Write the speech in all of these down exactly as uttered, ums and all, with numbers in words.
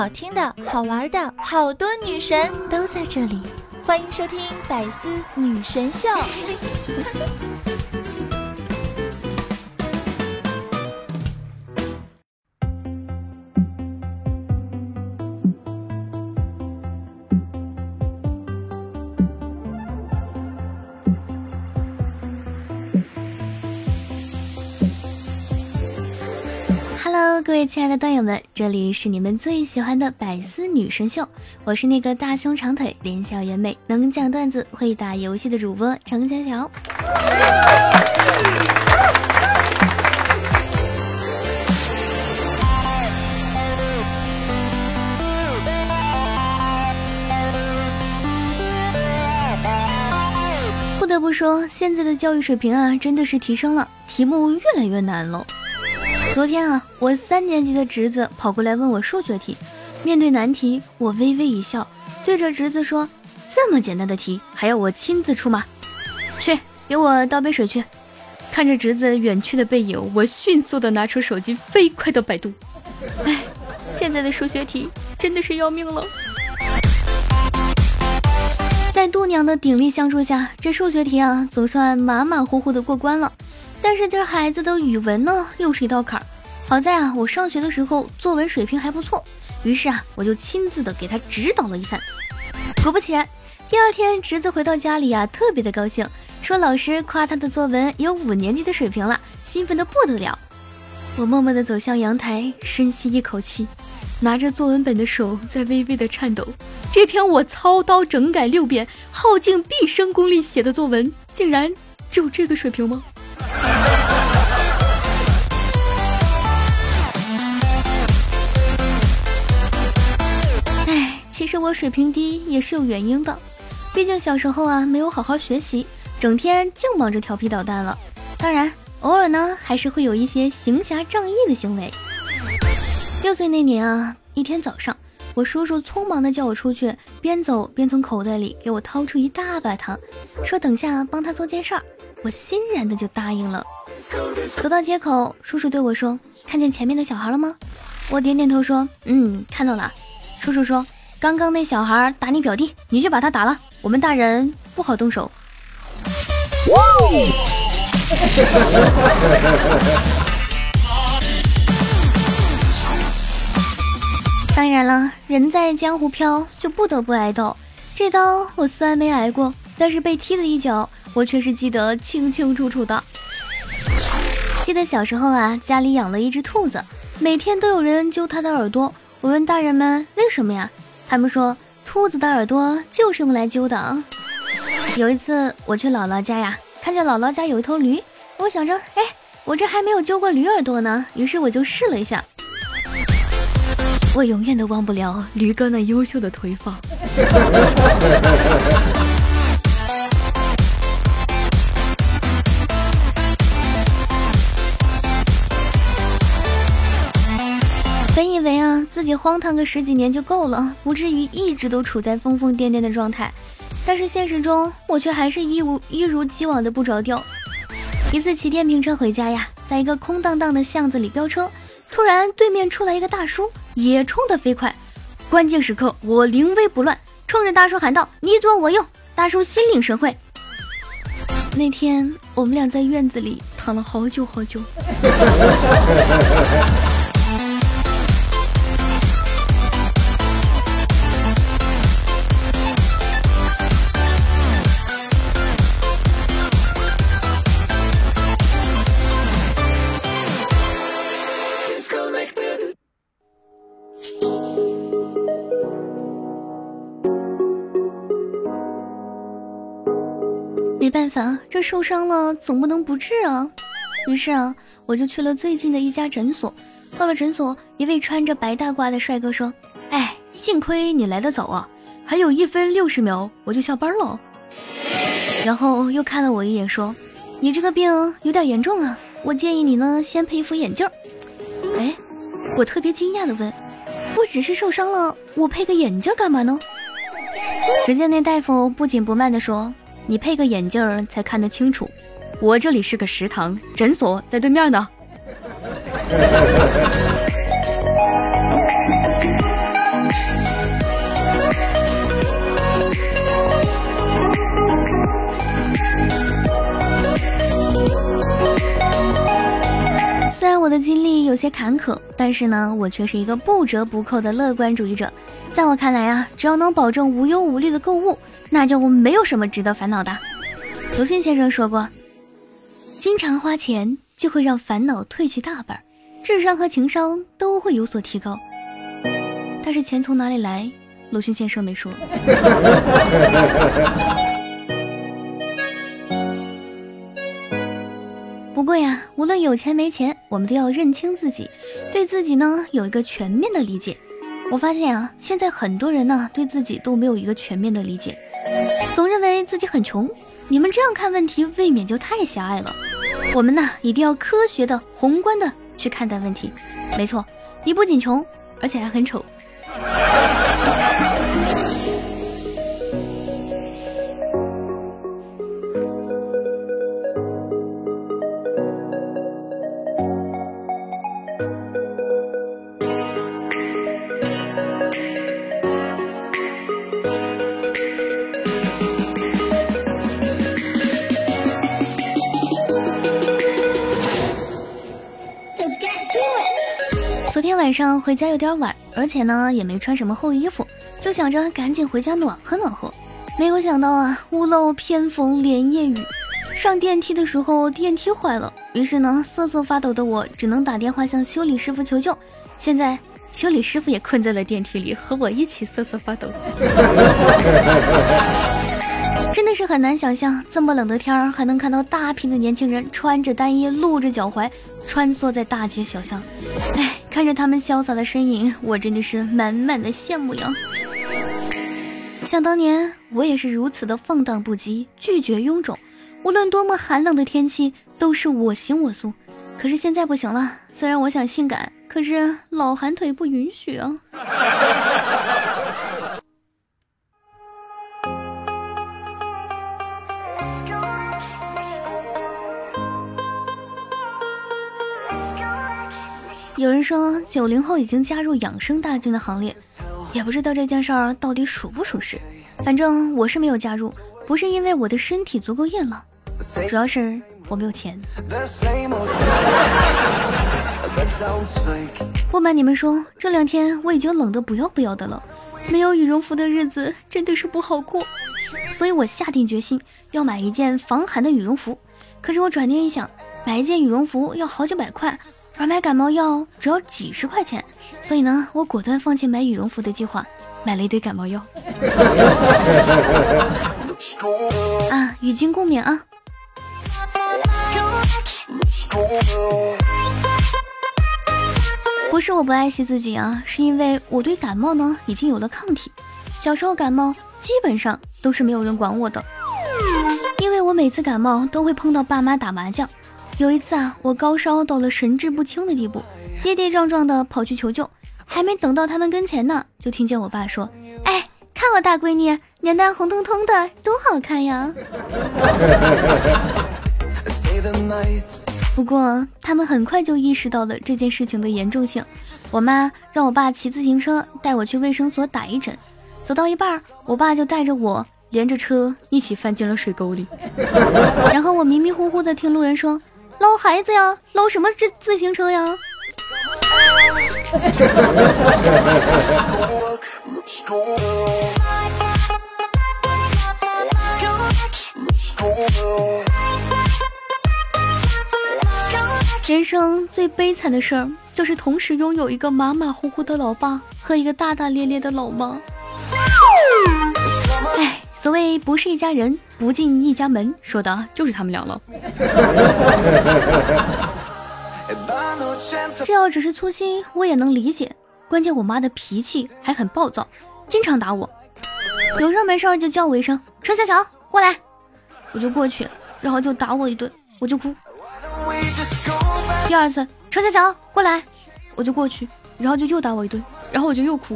好听的、好玩的，好多女神都在这里，欢迎收听百思女神秀。Hello， 各位亲爱的段友们，这里是你们最喜欢的百思女神秀，我是那个大胸长腿、脸小眼美、能讲段子、会打游戏的主播程小小。不得不说，现在的教育水平啊，真的是提升了，题目越来越难了。昨天啊，我三年级的侄子跑过来问我数学题，面对难题，我微微一笑，对着侄子说：“这么简单的题，还要我亲自出马？去，给我倒杯水去。”看着侄子远去的背影，我迅速的拿出手机，飞快的百度。哎，现在的数学题真的是要命了。在度娘的鼎力相助下，这数学题啊，总算马马虎虎的过关了。但是这孩子的语文呢，又是一道坎儿。好在啊，我上学的时候作文水平还不错，于是啊，我就亲自的给他指导了一番。果不其然，第二天侄子回到家里啊，特别的高兴，说老师夸他的作文有五年级的水平了，兴奋的不得了。我默默的走向阳台，深吸一口气，拿着作文本的手在微微的颤抖。这篇我操刀整改六遍，耗尽毕生功力写的作文，竟然只有这个水平吗？其实我水平低也是有原因的，毕竟小时候啊没有好好学习，整天净忙着调皮捣蛋了。当然偶尔呢还是会有一些行侠仗义的行为。六岁那年啊，一天早上，我叔叔匆忙的叫我出去，边走边从口袋里给我掏出一大把糖，说等下帮他做件事儿。我欣然的就答应了。走到街口，叔叔对我说：“看见前面的小孩了吗？”我点点头说：“嗯，看到了。”叔叔说：“刚刚那小孩打你表弟，你去把他打了，我们大人不好动手。”当然了，人在江湖飘，就不得不挨刀。这刀我虽然没挨过，但是被踢的一脚我却是记得清清楚楚的。记得小时候啊，家里养了一只兔子，每天都有人揪它的耳朵。我问大人们为什么呀？他们说兔子的耳朵就是用来揪的。有一次我去姥姥家呀，看见姥姥家有一头驴，我想着，哎，我这还没有揪过驴耳朵呢，于是我就试了一下。我永远都忘不了驴哥那优秀的腿法。本以为啊自己荒唐个十几年就够了，不至于一直都处在疯疯癫癫的状态，但是现实中我却还是一如一如既往的不着调。一次骑电瓶车回家呀，在一个空荡荡的巷子里飙车，突然对面出来一个大叔，也冲得飞快。关键时刻我临危不乱，冲着大叔喊道：“你左我右！”大叔心领神会。那天我们俩在院子里躺了好久好久。没办法，这受伤了总不能不治啊。于是啊，我就去了最近的一家诊所。到了诊所，一位穿着白大褂的帅哥说：“哎，幸亏你来得早啊，还有一分六十秒我就下班了。”然后又看了我一眼说：“你这个病有点严重啊，我建议你呢先配一副眼镜。”哎，我特别惊讶的问：“我只是受伤了，我配个眼镜干嘛呢？”只见那大夫不紧不慢地说：“你配个眼镜才看得清楚，我这里是个食堂，诊所在对面呢。” 虽然我的经历有些坎坷，但是呢，我却是一个不折不扣的乐观主义者。在我看来啊，只要能保证无忧无虑的购物，那就没有什么值得烦恼的。鲁迅先生说过，经常花钱就会让烦恼褪去大半，智商和情商都会有所提高。但是钱从哪里来，鲁迅先生没说。不过呀，无论有钱没钱，我们都要认清自己，对自己呢有一个全面的理解。我发现啊，现在很多人呢对自己都没有一个全面的理解，总认为自己很穷。你们这样看问题未免就太狭隘了。我们呢一定要科学的、宏观的去看待问题。没错，你不仅穷，而且还很丑。昨天晚上回家有点晚，而且呢也没穿什么厚衣服，就想着赶紧回家暖和暖和。没有想到啊，屋漏偏逢连夜雨，上电梯的时候电梯坏了，于是呢瑟瑟发抖的我只能打电话向修理师傅求救。现在修理师傅也困在了电梯里，和我一起瑟瑟发抖。真的是很难想象，这么冷的天儿还能看到大批的年轻人穿着单衣露着脚踝穿梭在大街小巷。哎，看着他们潇洒的身影，我真的是满满的羡慕呀。想当年我也是如此的放荡不羁，拒绝臃肿，无论多么寒冷的天气都是我行我素。可是现在不行了，虽然我想性感，可是老寒腿不允许啊。有人说九零后已经加入养生大军的行列，也不知道这件事儿到底属不属实。反正我是没有加入，不是因为我的身体足够硬朗，主要是我没有钱。不瞒你们说，这两天我已经冷得不要不要的了，没有羽绒服的日子真的是不好过，所以我下定决心要买一件防寒的羽绒服。可是我转念一想，买一件羽绒服要好几百块，而买感冒药只要几十块钱，所以呢，我果断放弃买羽绒服的计划，买了一堆感冒药。啊，与君共勉啊！不是我不爱惜自己啊，是因为我对感冒呢已经有了抗体。小时候感冒基本上都是没有人管我的，因为我每次感冒都会碰到爸妈打麻将。有一次啊，我高烧到了神志不清的地步，跌跌撞撞的跑去求救，还没等到他们跟前呢，就听见我爸说：“哎，看我大闺女脸蛋红彤彤的，多好看呀！”不过他们很快就意识到了这件事情的严重性，我妈让我爸骑自行车带我去卫生所打一针，走到一半，我爸就带着我连着车一起翻进了水沟里。然后我迷迷糊糊的听路人说：“捞孩子呀，捞什么自自行车呀？”人生最悲惨的事儿，就是同时拥有一个马马虎虎的老爸和一个大大咧咧的老妈。哎，所谓不是一家人，不进一家门，说的就是他们俩了。这要只是粗心，我也能理解。关键我妈的脾气还很暴躁，经常打我，有事没事就叫我一声“陈小乔，过来”，我就过去，然后就打我一顿，我就哭。第二次“陈小乔，过来”，我就过去，然后就又打我一顿，然后我就又哭。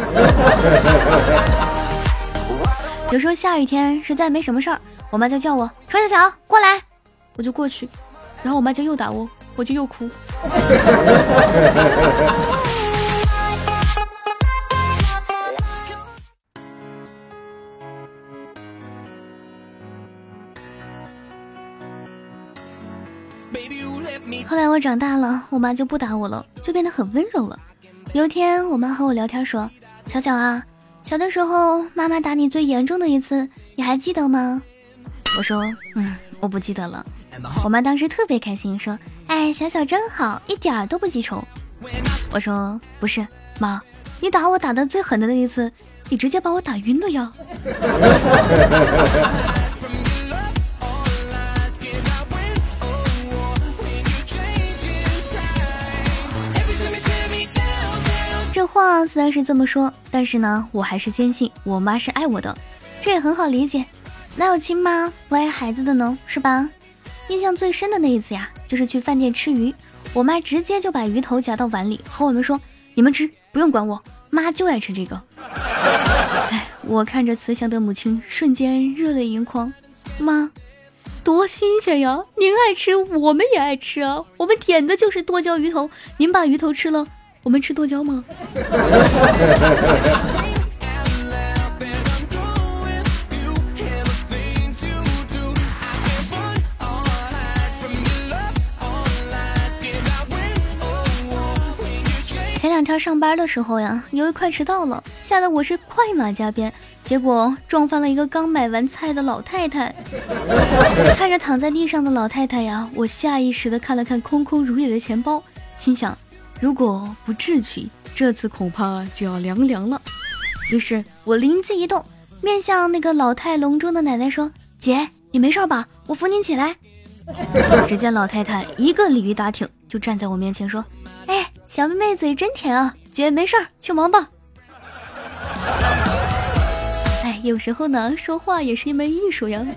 有时候下雨天实在没什么事儿，我妈就叫我“陈小乔，过来”，我就过去，然后我妈就又打我，我就又哭。 后来我长大了，我妈就不打我了，就变得很温柔了。有一天我妈和我聊天说，巧巧啊，小的时候妈妈打你最严重的一次你还记得吗？我说嗯，我不记得了。我妈当时特别开心说，哎，小小真好，一点儿都不记仇。我说不是妈，你打我打的最狠的那一次，你直接把我打晕了呀。这话虽然是这么说，但是呢，我还是坚信我妈是爱我的，这也很好理解，哪有亲妈不爱孩子的呢，是吧？印象最深的那一次呀，就是去饭店吃鱼，我妈直接就把鱼头夹到碗里，和我们说，你们吃，不用管我，妈就爱吃这个。哎，我看着慈祥的母亲，瞬间热泪盈眶。妈，多新鲜呀！您爱吃，我们也爱吃啊。我们点的就是剁椒鱼头，您把鱼头吃了，我们吃剁椒吗？前两天上班的时候呀，由于快迟到了，吓得我是快马加鞭，结果撞翻了一个刚买完菜的老太太。看着躺在地上的老太太呀，我下意识地看了看空空如也的钱包，心想如果不智取，这次恐怕就要凉凉了。于是我灵机一动，面向那个老态龙钟的奶奶说，姐，你没事吧？我扶您起来。只见老太太一个鲤鱼打挺，就站在我面前说，哎，小妹妹嘴真甜啊，姐没事儿，去忙吧。哎，有时候呢，说话也是一门艺术呀。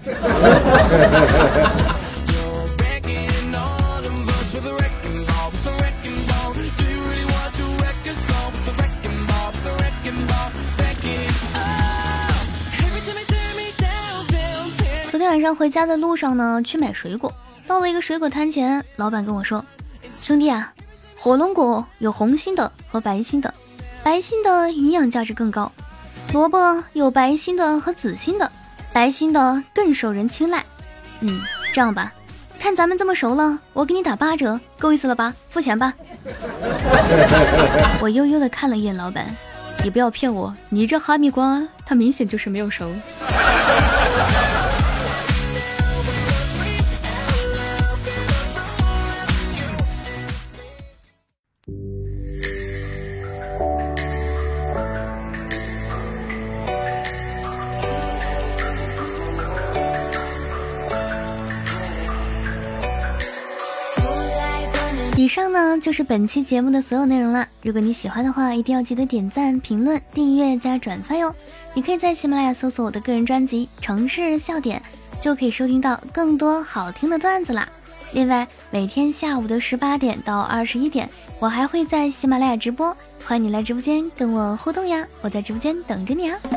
昨天晚上回家的路上呢，去买水果，到了一个水果摊前，老板跟我说，兄弟啊，火龙果有红心的和白心的，白心的营养价值更高，萝卜有白心的和紫心的，白心的更受人青睐。嗯，这样吧，看咱们这么熟了，我给你打八折，够意思了吧？付钱吧。我悠悠地看了一眼老板，你不要骗我，你这哈密瓜它明显就是没有熟。以上呢就是本期节目的所有内容啦。如果你喜欢的话，一定要记得点赞、评论、订阅加转发哟。你可以在喜马拉雅搜索我的个人专辑《城市笑点》，就可以收听到更多好听的段子啦。另外，每天下午的十八点到二十一点，我还会在喜马拉雅直播，欢迎你来直播间跟我互动呀，我在直播间等着你啊。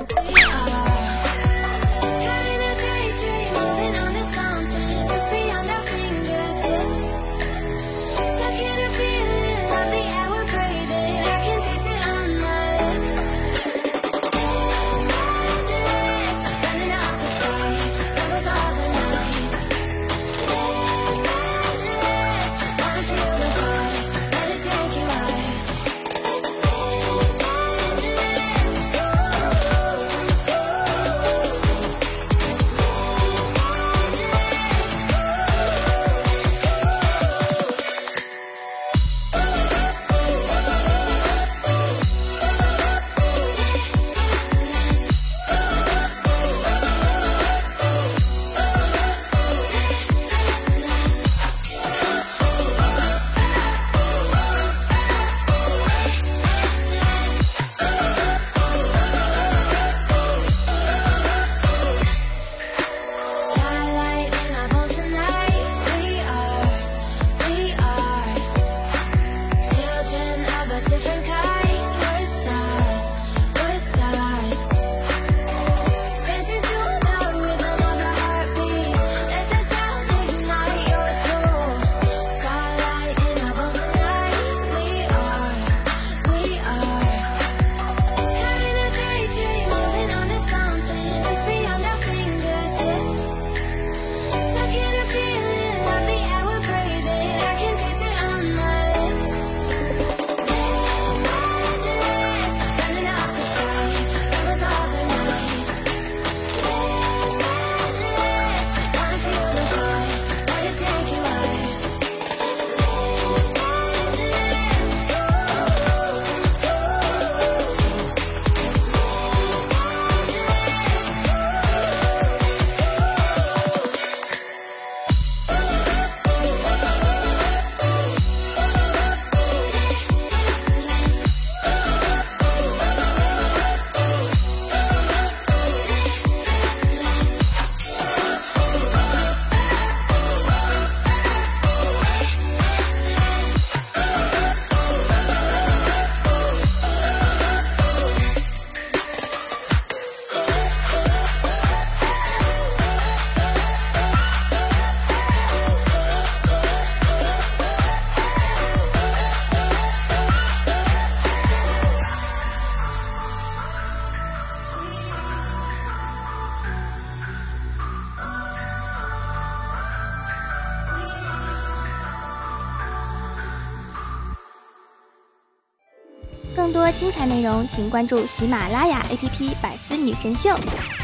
更多精彩内容，请关注喜马拉雅 A P P《百思女神秀》。